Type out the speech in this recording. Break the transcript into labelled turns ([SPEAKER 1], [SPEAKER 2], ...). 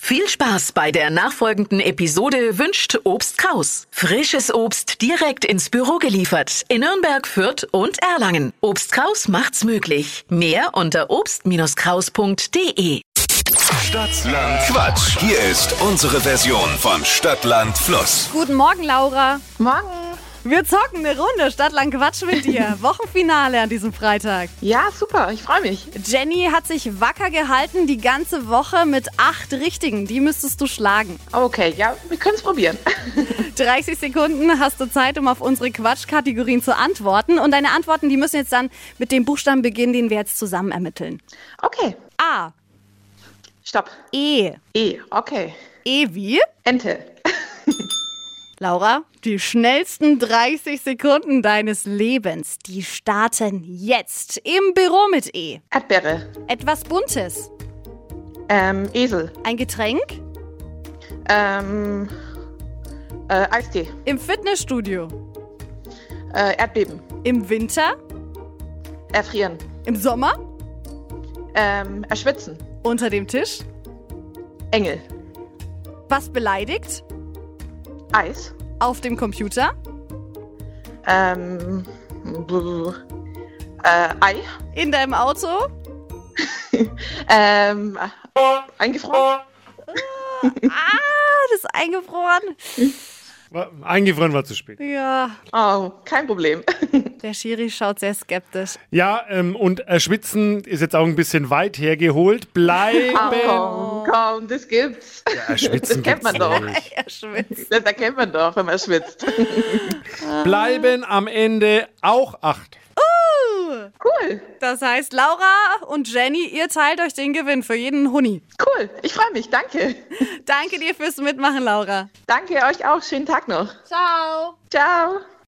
[SPEAKER 1] Viel Spaß bei der nachfolgenden Episode wünscht Obst Kraus. Frisches Obst direkt ins Büro geliefert in Nürnberg, Fürth und Erlangen. Obst Kraus macht's möglich. Mehr unter obst-kraus.de.
[SPEAKER 2] Stadtland Quatsch. Hier ist unsere Version von Stadtland Fluss.
[SPEAKER 3] Guten Morgen, Laura.
[SPEAKER 4] Morgen.
[SPEAKER 3] Wir zocken eine Runde Stadtland Quatsch mit dir. Wochenfinale an diesem Freitag.
[SPEAKER 4] Ja, super, ich freue mich.
[SPEAKER 3] Jenny hat sich wacker gehalten die ganze Woche mit 8 Richtigen. Die müsstest du schlagen.
[SPEAKER 4] Okay, ja, wir können es probieren.
[SPEAKER 3] 30 Sekunden hast du Zeit, um auf unsere Quatschkategorien zu antworten. Und deine Antworten, die müssen jetzt dann mit dem Buchstaben beginnen, den wir jetzt zusammen ermitteln.
[SPEAKER 4] Okay.
[SPEAKER 3] A.
[SPEAKER 4] Stopp.
[SPEAKER 3] E.
[SPEAKER 4] E, okay.
[SPEAKER 3] E wie?
[SPEAKER 4] Ente.
[SPEAKER 3] Laura, die schnellsten 30 Sekunden deines Lebens, die starten jetzt im Büro mit E.
[SPEAKER 4] Erdbeere.
[SPEAKER 3] Etwas Buntes.
[SPEAKER 4] Esel.
[SPEAKER 3] Ein Getränk.
[SPEAKER 4] Eistee.
[SPEAKER 3] Im Fitnessstudio.
[SPEAKER 4] Erdbeben.
[SPEAKER 3] Im Winter.
[SPEAKER 4] Erfrieren.
[SPEAKER 3] Im Sommer.
[SPEAKER 4] Erschwitzen.
[SPEAKER 3] Unter dem Tisch.
[SPEAKER 4] Engel.
[SPEAKER 3] Was beleidigt.
[SPEAKER 4] Eis.
[SPEAKER 3] Auf dem Computer.
[SPEAKER 4] Ei.
[SPEAKER 3] In deinem Auto.
[SPEAKER 4] Eingefroren.
[SPEAKER 3] Das ist eingefroren.
[SPEAKER 5] Eingefroren war zu spät.
[SPEAKER 3] Ja,
[SPEAKER 4] Oh, kein Problem.
[SPEAKER 3] der Schiri schaut sehr skeptisch.
[SPEAKER 5] Ja, und Schwitzen ist jetzt auch ein bisschen weit hergeholt. Bleiben.
[SPEAKER 4] Komm, das gibt's.
[SPEAKER 5] Ja, Schwitzen
[SPEAKER 4] Das kennt man
[SPEAKER 5] gibt's
[SPEAKER 4] doch.
[SPEAKER 5] nicht.
[SPEAKER 3] Er schwitzt.
[SPEAKER 4] Das erkennt man doch, wenn man schwitzt.
[SPEAKER 5] Bleiben am Ende auch 8.
[SPEAKER 4] Cool,
[SPEAKER 3] Das heißt, Laura und Jenny, ihr teilt euch den Gewinn für jeden Huni.
[SPEAKER 4] cool. Ich freue mich, danke.
[SPEAKER 3] Danke dir fürs Mitmachen, Laura.
[SPEAKER 4] Danke euch auch. Schönen Tag noch.
[SPEAKER 3] Ciao.
[SPEAKER 4] Ciao.